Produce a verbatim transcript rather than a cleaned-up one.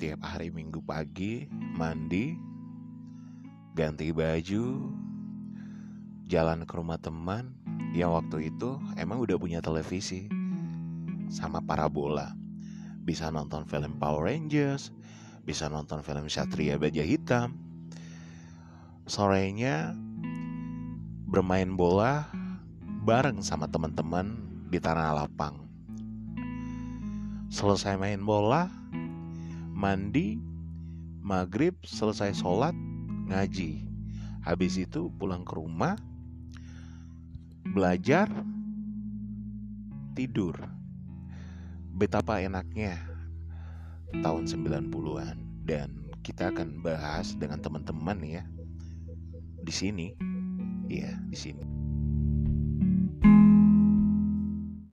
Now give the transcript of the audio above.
setiap hari Minggu pagi mandi, ganti baju, jalan ke rumah teman yang waktu itu emang udah punya televisi sama parabola. Bisa nonton film Power Rangers, bisa nonton film Satria Baja Hitam. Sorenya bermain bola bareng sama teman-teman di tanah lapang. Selesai main bola, mandi, maghrib, selesai sholat, ngaji. Habis itu pulang ke rumah, belajar, tidur. Betapa enaknya tahun sembilan puluhan. Dan kita akan bahas dengan teman-teman ya di sini. Iya, di sini.